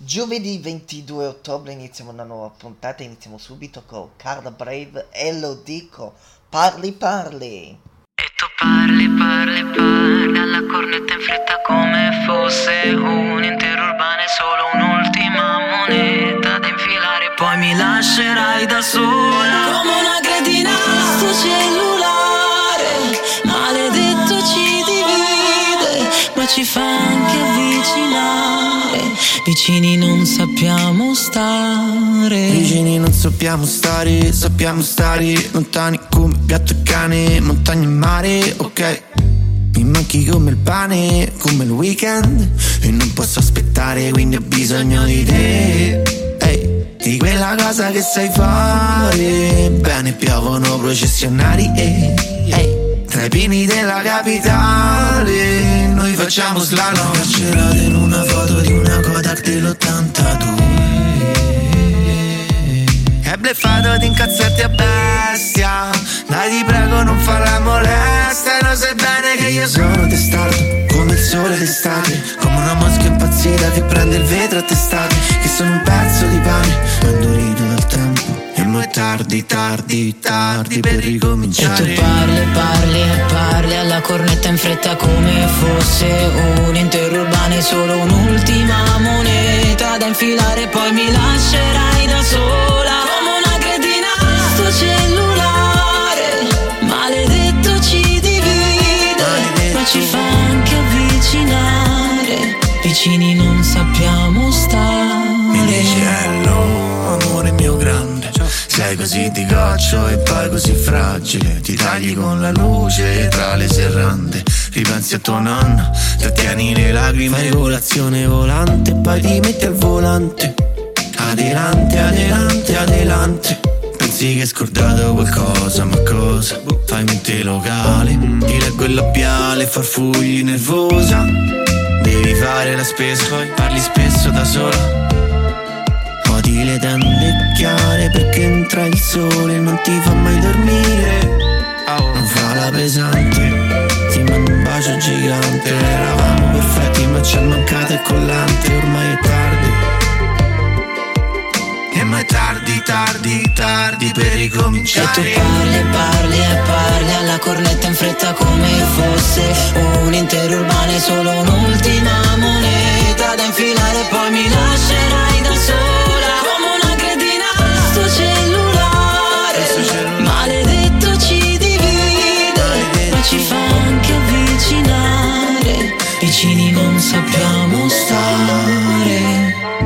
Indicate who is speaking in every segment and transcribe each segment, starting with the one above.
Speaker 1: Giovedì 22 ottobre iniziamo una nuova puntata, iniziamo subito con Carla Brave e lo dico, parli.
Speaker 2: E tu parli alla cornetta in fretta come fosse un interurbano, solo un'ultima moneta da infilare, poi mi lascerai da sola come una cretina. Sto cellulare maledetto ci divide, ma ci fa anche avvicinare. Vicini non sappiamo stare.
Speaker 3: Vicini non sappiamo stare, sappiamo stare lontani come gatto e cane, montagna e mare, ok. Mi manchi come il pane, come il weekend, e non posso aspettare, quindi ho bisogno di te. Ehi, di quella cosa che sai fare bene, piovono processionari, ehi, tra i pini della capitale noi facciamo slalom. Carcerate in una foto di una Kodak dell'82. È bleffato di incazzarti a bestia, dai ti prego non farla molesta. E lo sai bene che io sono testardo come il sole d'estate, come una mosca impazzita che prende il vetro a testate, che sono un pezzo di pane ma indurito dal tempo, e mo' è tardi per ricominciare.
Speaker 2: E tu parli alla cornetta in fretta come fosse un interurbano, solo un'ultima moneta da infilare, poi mi lascerai da sola come una cretina. Sto cellulare maledetto ci divide, ma ci fa anche avvicinare. Vicini non sappiamo stare.
Speaker 3: Mi dici hello, amore mio grande, sei così di goccio e poi così fragile, ti tagli con la luce tra le serrande, ripensi a tuo nonno, trattieni le lacrime, fai colazione volante, poi ti metti al volante, adelante, pensi che hai scordato qualcosa, ma cosa? Fai mente locale, ti leggo il labiale, farfugli nervosa, devi fare la spesa, poi parli spesso da sola, odi le tende chiare perché entra il sole e non ti fa mai dormire, non fa la pesante, ti mando un bacio gigante, eravamo perfetti ma ci è mancato il collante, ormai è tardi, e ma è tardi per ricominciare.
Speaker 2: E tu parli alla cornetta in fretta come fosse un interurbano, solo un'ultima moneta da infilare, poi mi lascerai da sola come una cretina. Sto cellulare maledetto ci divide, ma ci fa anche avvicinare. Vicini non sappiamo stare.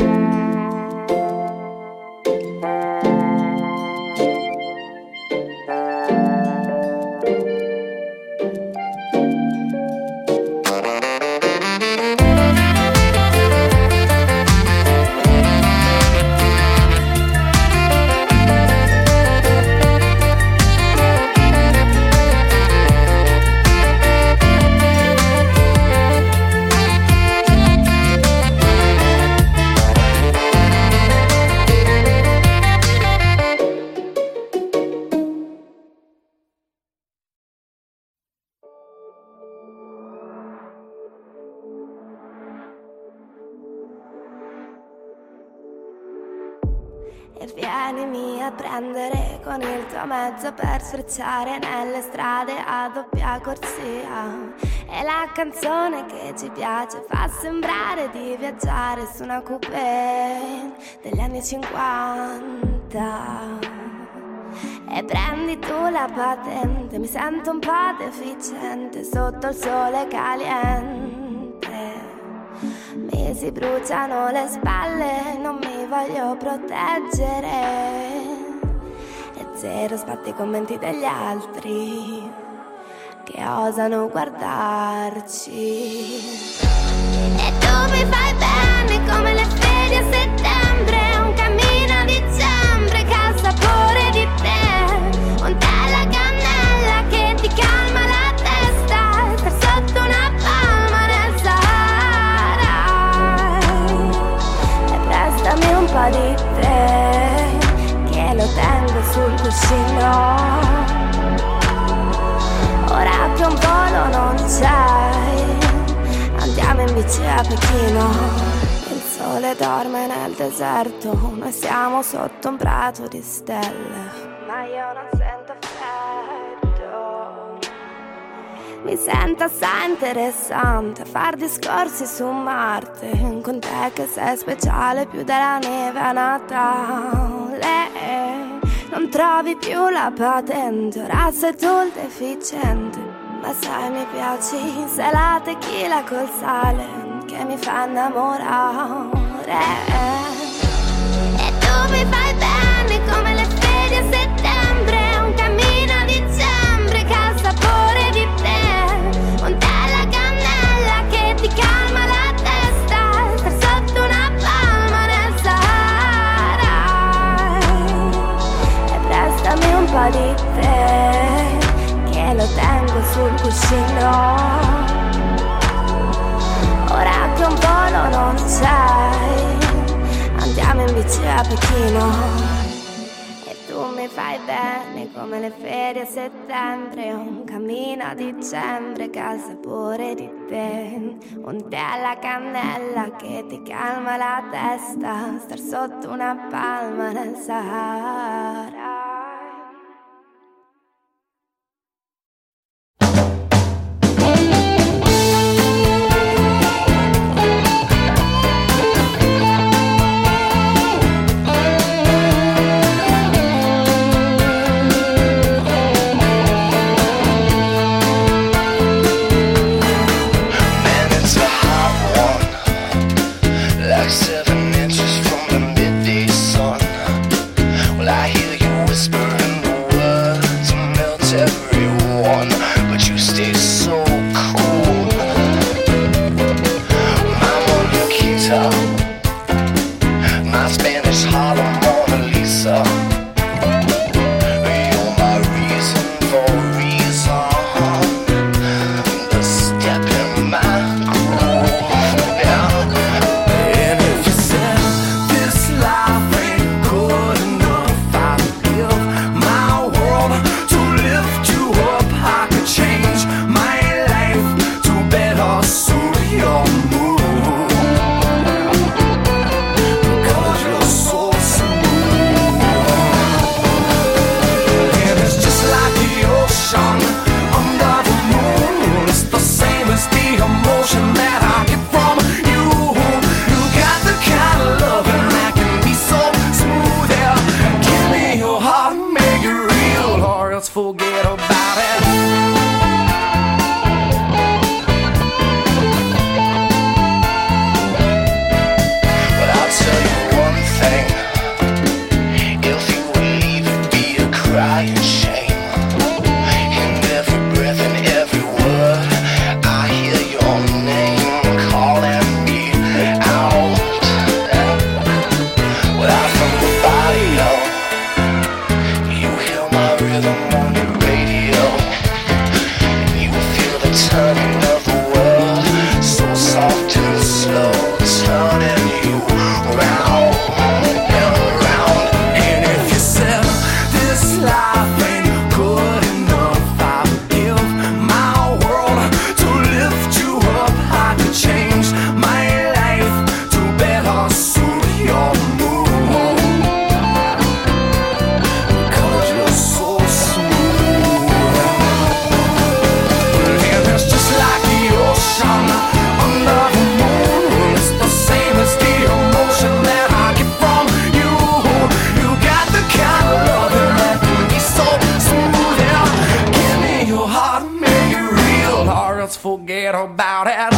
Speaker 4: E vienimi a prendere con il tuo mezzo per sfrecciare nelle strade a doppia corsia. E la canzone che ci piace fa sembrare di viaggiare su una coupé degli anni 50. E prendi tu la patente, mi sento un po' deficiente sotto il sole caliente. Mi si bruciano le spalle, non mi voglio proteggere. E zero sbatti i commenti degli altri che osano guardarci. E tu mi fai bene come le ferie a settembre, un cammino a dicembre che ha il sapore di te, un tè alla cannella che ti calma la testa, star sotto una palma nel Sahara. E prestami un po' di te che lo tengo sul cuscino. Ora che un volo non c'è, andiamo in bici a Pechino. Il sole sole dorme nel deserto, noi siamo sotto un prato di stelle. Ma io non sento freddo. Mi sento assai interessante far discorsi su Marte, con te che sei speciale più della neve a Natale. Non trovi più la patente, ora sei tu il deficiente. Ma sai mi piaci, sei la tequila col sale che mi fa innamorare. E tu mi fai bene come le ferie a settembre, un cammino a dicembre che ha il sapore di te, un tè alla cannella che ti calma la testa, star sotto una palma nel Sahara. E prestami un po' di te, che lo tengo sul cuscino. Ora che un volo non c'è, andiamo in bici a Pechino. E tu mi fai bene come le ferie a settembre, un cammino a dicembre che ha il sapore di te, un tè alla cannella che ti calma la testa, star sotto una palma nel Sahara.
Speaker 3: Forget about it.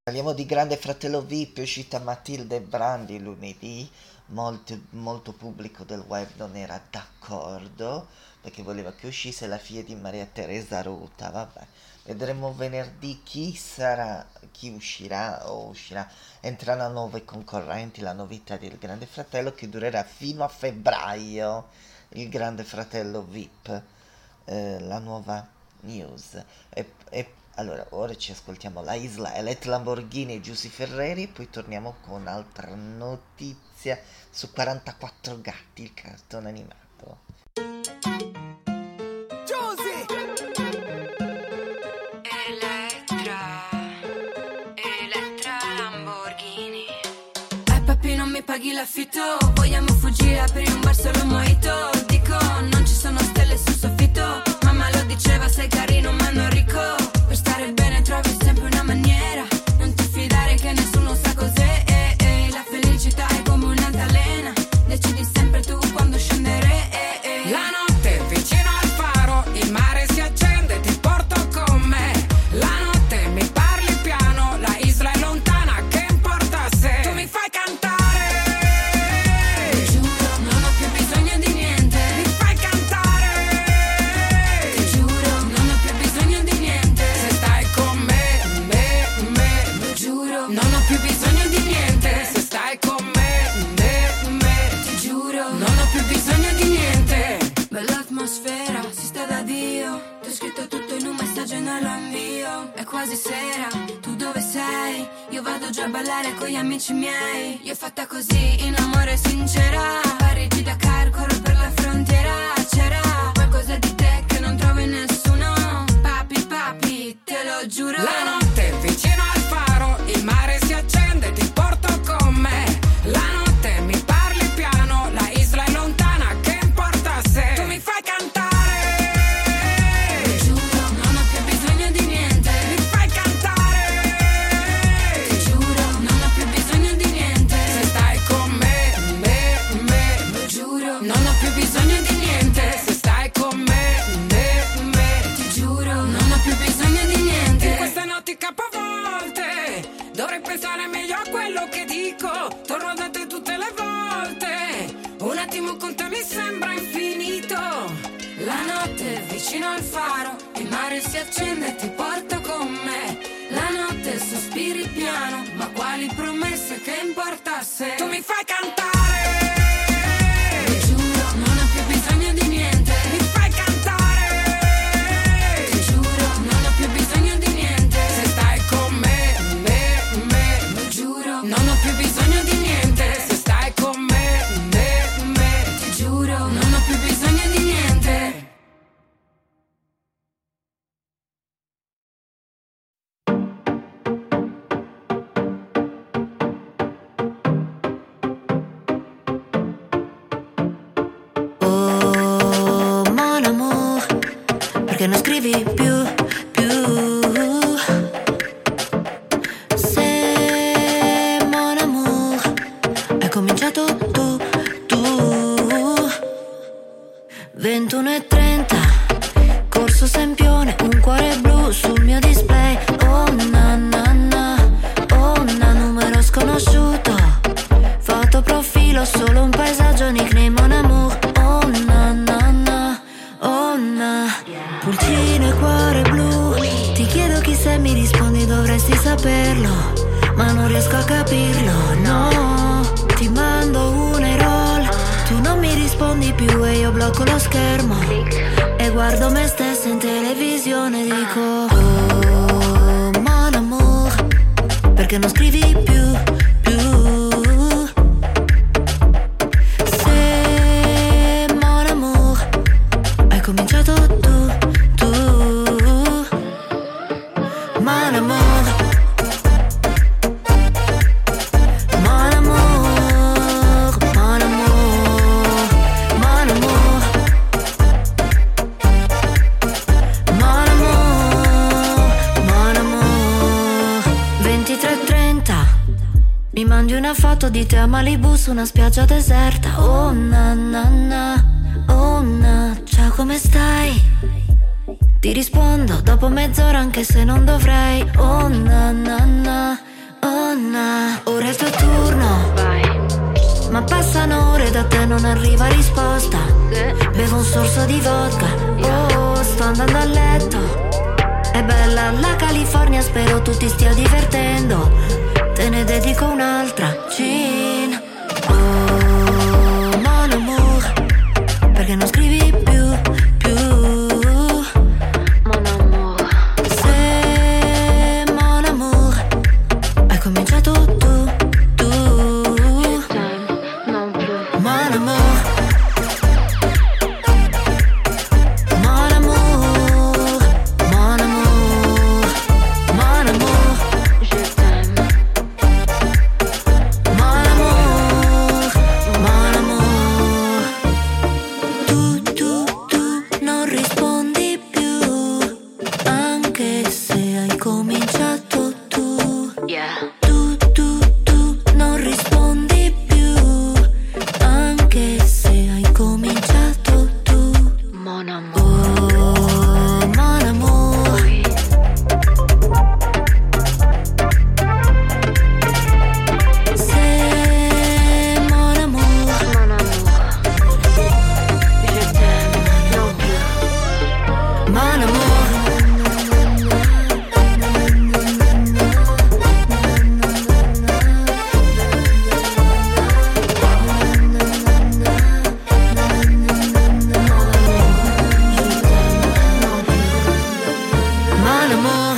Speaker 1: Parliamo di Grande Fratello VIP, è uscita Matilde Brandi lunedì, molto pubblico del web non era d'accordo perché voleva che uscisse la figlia di Maria Teresa Ruta, vabbè, vedremo venerdì chi uscirà. Entreranno nuovi concorrenti, la novità del Grande Fratello che durerà fino a febbraio, il Grande Fratello VIP, la nuova news. Allora, ora ci ascoltiamo La Isla, Elette Lamborghini e Giussi Ferreri, poi torniamo con altra notizia su 44 gatti, il cartone animato.
Speaker 5: Giussi! Elettra Lamborghini. Papi, non mi paghi l'affitto, vogliamo fuggire, aprire un bar solo mojito. Dico, non ci sono stelle sul soffitto, mamma lo diceva, sei carino ma non ricco. Per stare bene trovi sempre una maniera, non ti fidare che nessuno sa cos'è. La felicità è come un'altalena, decidi sempre tu quando scendere.
Speaker 6: La notte vicino al faro, il mare si accende, ti porto con me. La notte mi parli piano, la isla è lontana, che importa se tu mi fai cantare.
Speaker 5: Ti giuro, non ho più bisogno di niente.
Speaker 6: Mi fai cantare.
Speaker 5: Ti giuro, non ho più bisogno di niente.
Speaker 6: Se stai con me.
Speaker 5: Lo giuro,
Speaker 6: Non ho più bisogno di niente. Se stai con me.
Speaker 5: ti giuro,
Speaker 6: Non ho più bisogno di niente.
Speaker 5: bella atmosfera, si sta da Dio. Ti ho scritto tutto in un messaggio e non lo invio. È quasi sera, tu dove sei? Io vado già a ballare con gli amici miei. Io fatta così, in amore sincera. Parigi da corro per la frontiera. C'era qualcosa di te che non trovo in nessuno. Papi, te lo giuro.
Speaker 6: La notte vicino al faro, il mare si accende, ti porto con me. La notte mi parli piano, la isla è lontana, che importa se tu mi fai cantare.
Speaker 5: Ti giuro, non ho più bisogno di niente.
Speaker 6: Mi fai cantare.
Speaker 5: Ti giuro, non ho più bisogno di niente.
Speaker 6: Se stai con me.
Speaker 5: Lo giuro,
Speaker 6: Non ho più bisogno di niente. Se stai con me.
Speaker 5: ti giuro, non ho più bisogno di niente.
Speaker 6: In queste notti capovolte dovrei pensare meglio a quello che dico. Torno da te tutte le volte. Un attimo con te mi sembra infinito.
Speaker 5: La notte è vicino al faro, il mare si accende e ti porto con me. La notte sospiri piano, ma quali promesse, che importa se
Speaker 6: Tu mi fai cantare.
Speaker 5: ti giuro, non ho più bisogno di niente.
Speaker 6: Mi fai cantare.
Speaker 5: Ti giuro, non ho più bisogno di niente.
Speaker 6: Se stai con me.
Speaker 5: Lo giuro,
Speaker 6: Non ho più bisogno di niente. Se stai con me.
Speaker 5: ti giuro, non ho più bisogno di niente.
Speaker 7: Oh, mon amour, perché non scrivi più? Se, mon amour, hai cominciato tu 21:30, corso Sempione, un cuore blu sul mio display. Oh na na na, oh na, numero sconosciuto, foto profilo, solo un paesaggio, nickname mon amour. Oh na na na, oh na, pulcino e cuore blu. Ti chiedo chi sei, mi rispondi dovresti saperlo, ma non riesco a capirlo, no. Ti mando un e-roll, tu non mi rispondi più e io blocco lo schermo e guardo me stessa in televisione. Dico, oh mon amour, perché non scrivi più? Se, mon amour, hai cominciato tu mon amour, mon amour, mon amour, mon amour, mon amour, mon amour. 23:30, mi mandi una foto di te a Malibu su una spiaggia deserta. Oh na na na, oh na, ciao come stai? Ti rispondo dopo mezz'ora anche se non dovrei. Oh na na na, na. Ora è il tuo turno. Ma passano ore, da te non arriva risposta. Bevo un sorso di vodka. Oh, sto andando a letto. È bella la California, spero tu ti stia divertendo. Te ne dedico un'altra, Gin. Oh, mon amour, perché non scrivi più. Mon amour. Se mon amour, hai cominciato tu. Mon amour. Mon amour. Mon amour. Mon amour. Je t'aime. Mon amour. Mon amour. Tu non rispondi più, anche se hai cominciato tu. Yeah. Tu non rispondi più, anche se hai cominciato tu. Mon amour. Oh, mon amour. C'est mon amour. Mon amour. Je t'aime non plus. Mon amour. Mon amour.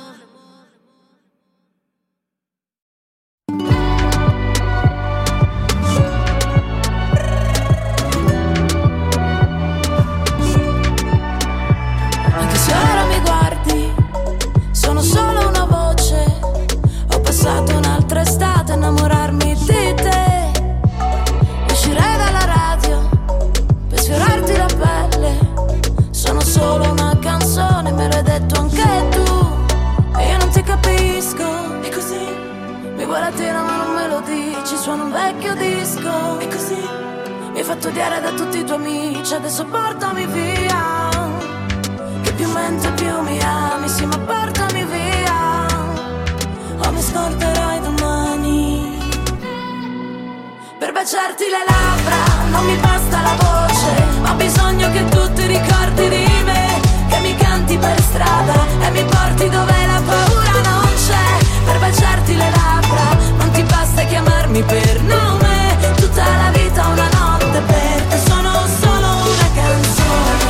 Speaker 2: Anche se ora mi guardi, sono solo una voce. Ho passato un'altra estate a innamorarmi di te. Uscirei dalla radio per sfiorarti la pelle. Sono solo una canzone, me l'hai detto anche tu. E io non ti capisco. E così mi vuoi latina ma non me lo dici. Suona un vecchio disco. E così mi hai fatto odiare da tutti i tuoi amici. Adesso portami via, che più mente più mi ami. Sì, ma portami via, o mi scorderai domani. Per baciarti le labbra non mi basta la voce, ho bisogno che tu ti ricordi di me, che mi canti per strada e mi porti dove la paura non c'è. Per baciarti le labbra non ti basta chiamarmi per nome, tutta la vita una notte per te. Sono solo una canzone,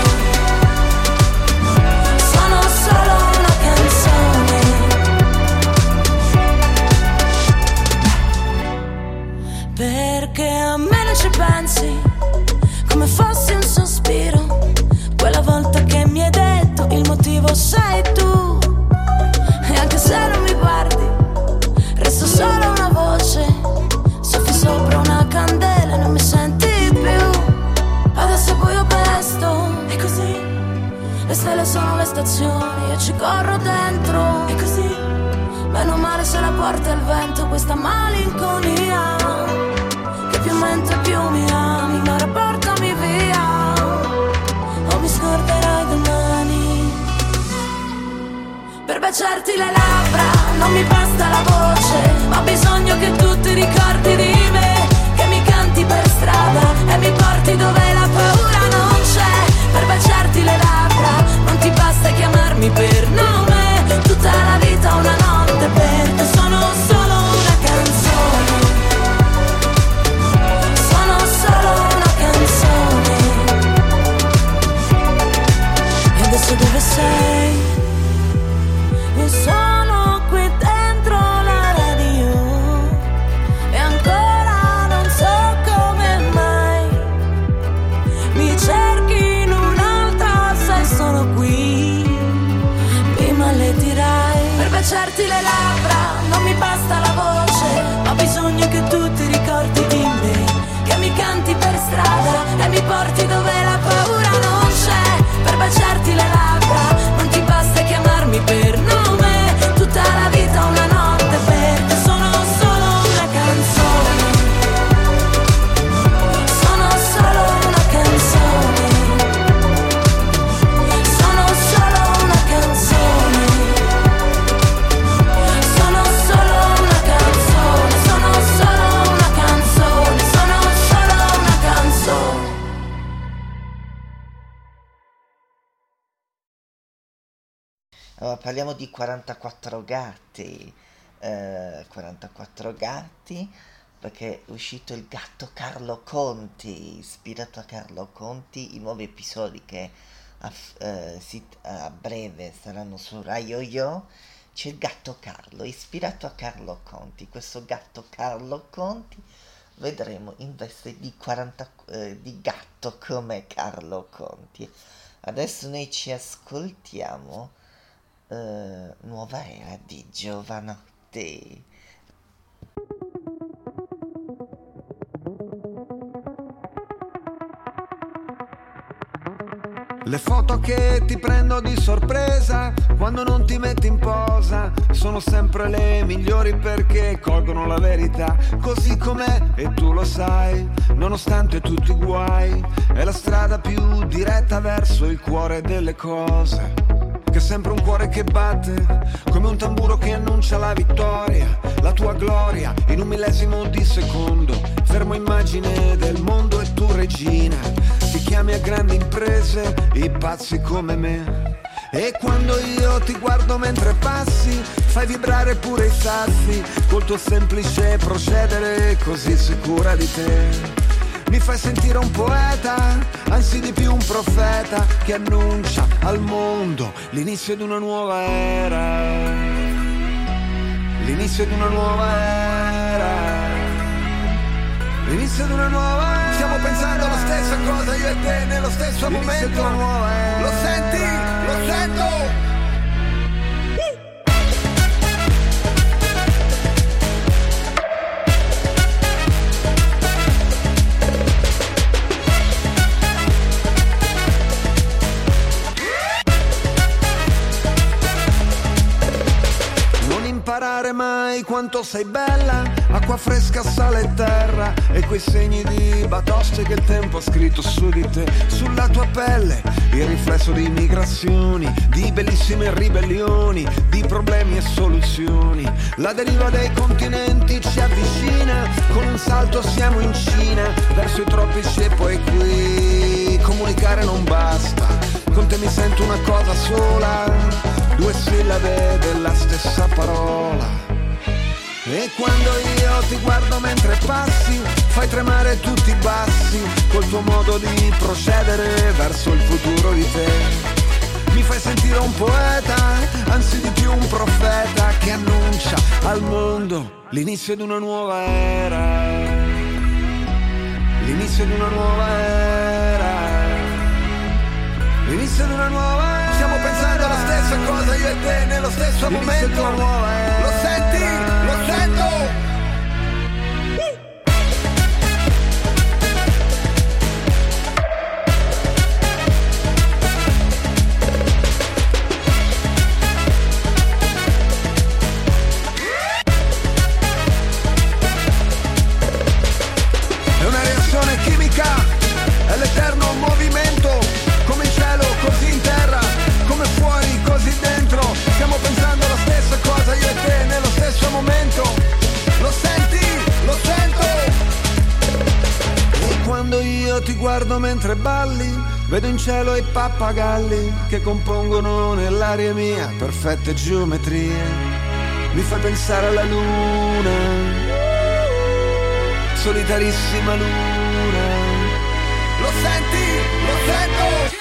Speaker 2: sono solo una canzone. Perché a me non ci pensi, come fossi un sospiro. Quella volta che mi hai detto il motivo sei tu. E anche se non mi guardi, resto solo una voce. Soffi sopra una candela e non mi senti più. Adesso è buio pesto, e così le stelle sono le stazioni, io ci corro dentro. E così meno male se la porta il vento, questa malinconia. Che più mente più mi ami, ma ora portami via, o mi scorderai domani. Per baciarti le labbra non mi basta la voce, ho bisogno che tu ti ricordi di me, che mi canti per strada e mi porti dove la paura non c'è. Per baciarti le labbra non ti basta chiamarmi per nome, tutta la vita una notte per te. Sono solo una canzone, sono solo una canzone. E adesso dove sei? Io sono qui dentro la radio e ancora non so come mai mi cerchi in un'altra, sei solo qui, mi maledirai. Per baciarti le labbra non mi basta la voce, ho bisogno che tu ti ricordi di me, che mi canti per strada e mi porti dove la paura non c'è. Per baciarti le labbra non ti basta chiamarmi per nome, tutta la vita una notte per te. Sono solo una canzone, sono solo una canzone, sono solo una canzone, sono solo una canzone.
Speaker 1: Allora, parliamo di 44 gatti. 44 gatti, perché è uscito il gatto Carlo Conti, ispirato a Carlo Conti. I nuovi episodi che a breve saranno su Rai Yo-Yo. C'è il gatto Carlo, ispirato a Carlo Conti. Questo gatto Carlo Conti vedremo in veste di gatto come Carlo Conti. Adesso noi ci ascoltiamo Nuova Era di Giovanotti.
Speaker 8: Le foto che ti prendo di sorpresa quando non ti metti in posa sono sempre le migliori perché colgono la verità così com'è e tu lo sai, nonostante tutti i guai. È la strada più diretta verso il cuore delle cose, che è sempre un cuore che batte come un tamburo che annuncia la vittoria, la tua gloria in un millesimo di secondo. Fermo immagine del mondo e tu regina, ti chiami a grandi imprese i pazzi come me. E quando io ti guardo mentre passi fai vibrare pure i sassi col tuo semplice procedere così sicura di te. Mi fai sentire un poeta, anzi di più un profeta che annuncia al mondo l'inizio di una nuova era. L'inizio di una nuova era. L'inizio di una nuova era. Stiamo pensando alla stessa cosa io e te nello stesso momento. Di una nuova era. Lo senti? Lo sento! Imparare mai quanto sei bella, acqua fresca, sale e terra e quei segni di batoste che il tempo ha scritto su di te, sulla tua pelle, il riflesso di migrazioni, di bellissime ribellioni, di problemi e soluzioni. La deriva dei continenti ci avvicina, con un salto siamo in Cina, verso i tropici e poi qui. Comunicare non basta, con te mi sento una cosa sola, due sillabe della stessa parola. E quando io ti guardo mentre passi fai tremare tutti i bassi col tuo modo di procedere verso il futuro di te. Mi fai sentire un poeta, anzi di più un profeta che annuncia al mondo l'inizio di una nuova era. L'inizio di una nuova era. L'inizio di una nuova era. Stiamo pensando alla stessa cosa io e te nello stesso momento. Lo senti? Lo sento! È una reazione chimica, è l'eterno movimento, come in cielo così in terra, come fuori così dentro. Stiamo pensando alla stessa cosa io e te nello stesso momento. Lo senti? Lo sento! E quando io ti guardo mentre balli vedo in cielo i pappagalli che compongono nell'aria mia perfette geometrie. Mi fai pensare alla luna, solitarissima luna. Lo senti? Lo sento!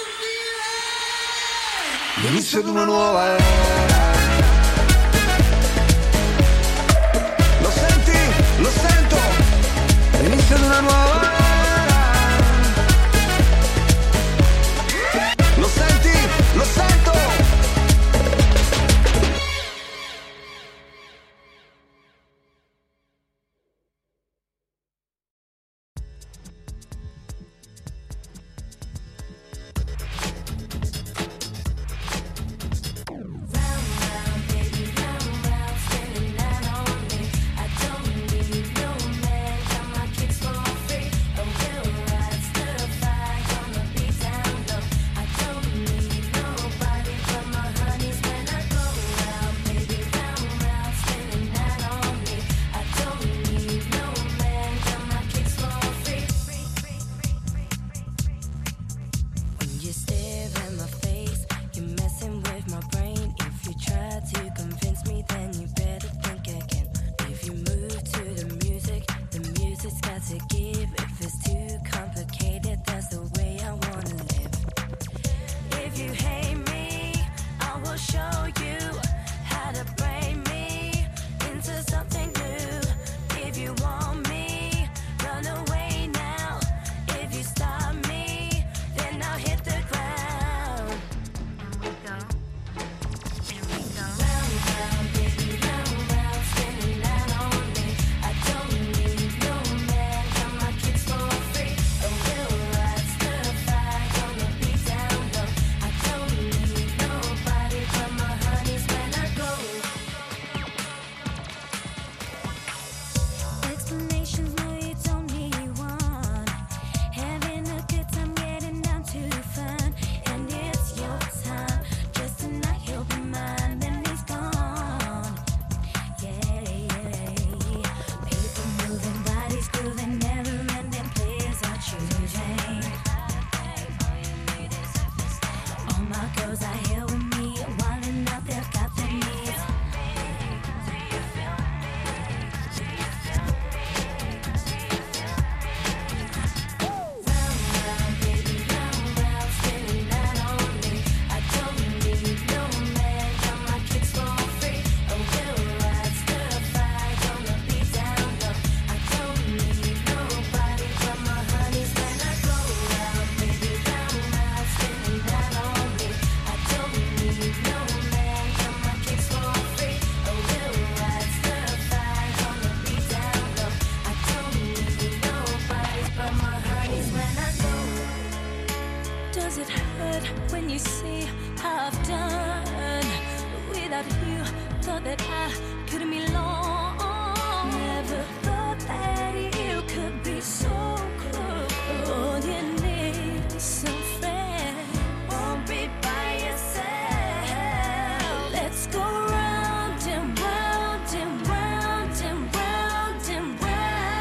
Speaker 8: L'inizio di una nuova era. Lo senti? Lo sento! L'inizio di una nuova era. Lo senti? Lo sento!
Speaker 9: Spinning that on me. I don't need no man, got my kicks for free.
Speaker 4: without you. Thought that I could be long. Never thought that you could be so cruel. All you need is some friend. Won't be by yourself. Let's go round and round and round and round and round.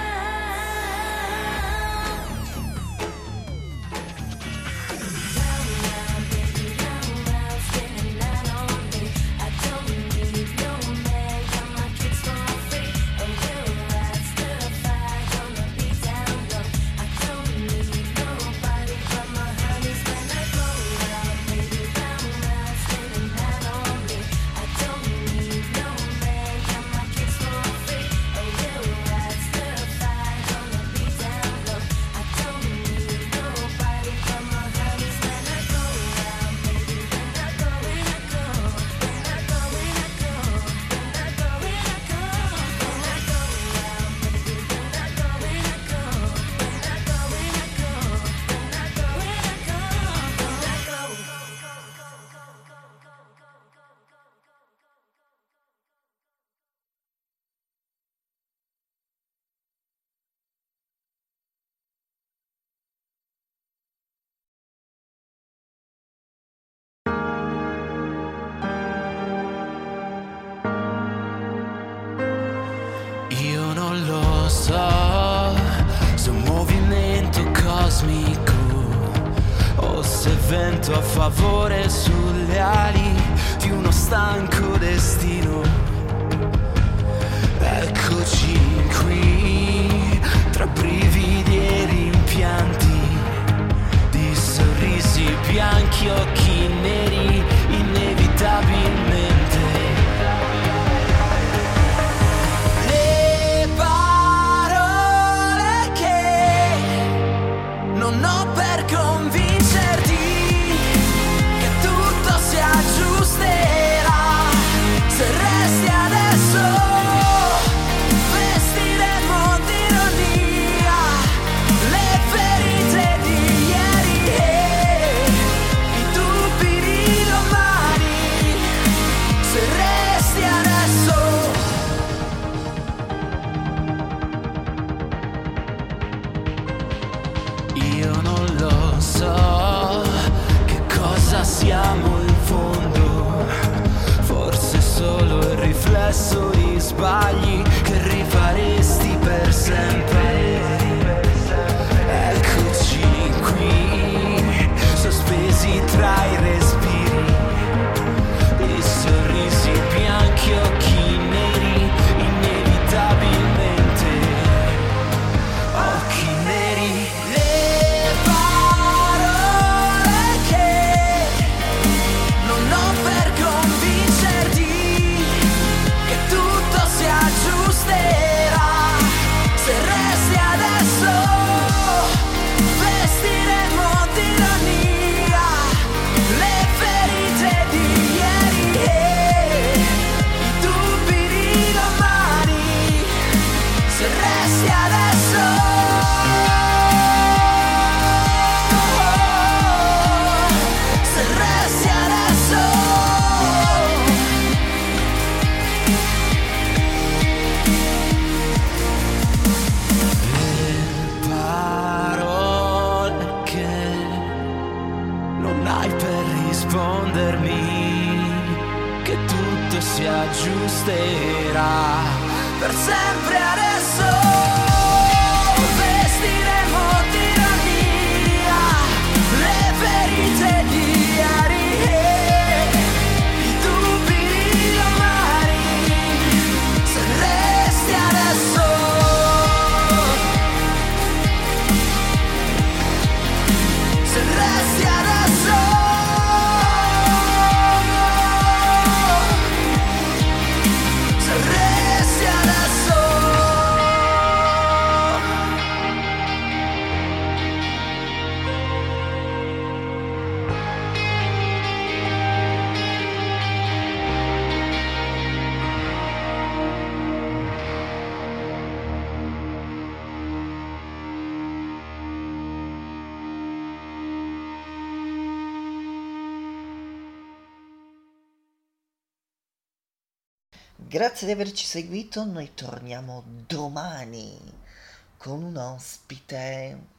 Speaker 4: Round, round, baby, round, round, spinning that on me. I don't need no man, got my kicks for free. A real ride, certified, gonna be down low. I don't need nobody but my honeys when I go round, baby, round, round, spinning that on me. I don't need no man, got my kicks for free. A real ride, certified, gonna be down low. I don't need nobody but my honeys when I go round, baby, when I go, when I go, when I go, when I go, when I go, when I go, when I go round, baby, when I go, when I go, when I go, when I go, when I go, when I go, when
Speaker 3: Io non lo so se un movimento cosmico o se vento a favore sulle ali di uno stanco destino. Eccoci qui, tra brividi e rimpianti, di sorrisi bianchi, occhi neri, inevitabilmente. Le parole che non ho per convincerti che tutto si aggiusterà se resti adesso. Vestiremo d'ironia le ferite di ieri e i dubbi di domani se resti adesso. Io non lo so che cosa siamo in fondo, forse solo il riflesso di sbagli che rifaresti per sempre. Eccoci qui, sospesi tra i respiri, i sorrisi bianchi, occhi neri, inevitabilmente. Occhi neri. Le parole che non ho per convincerti che tutto si aggiusterà se resti adesso. Vestiremo d'ironia le ferite di ieri e i dubbi di domani se resti adesso. Se resti adesso. Le parole che non hai per rispondermi che tutto si aggiusterà per sempre adesso. Vestiremo d'ironia le ferite di ieri e i dubbi di domani se resti adesso. Se resti adesso. Se resti adesso.
Speaker 1: Grazie di averci seguito, noi torniamo domani con un ospite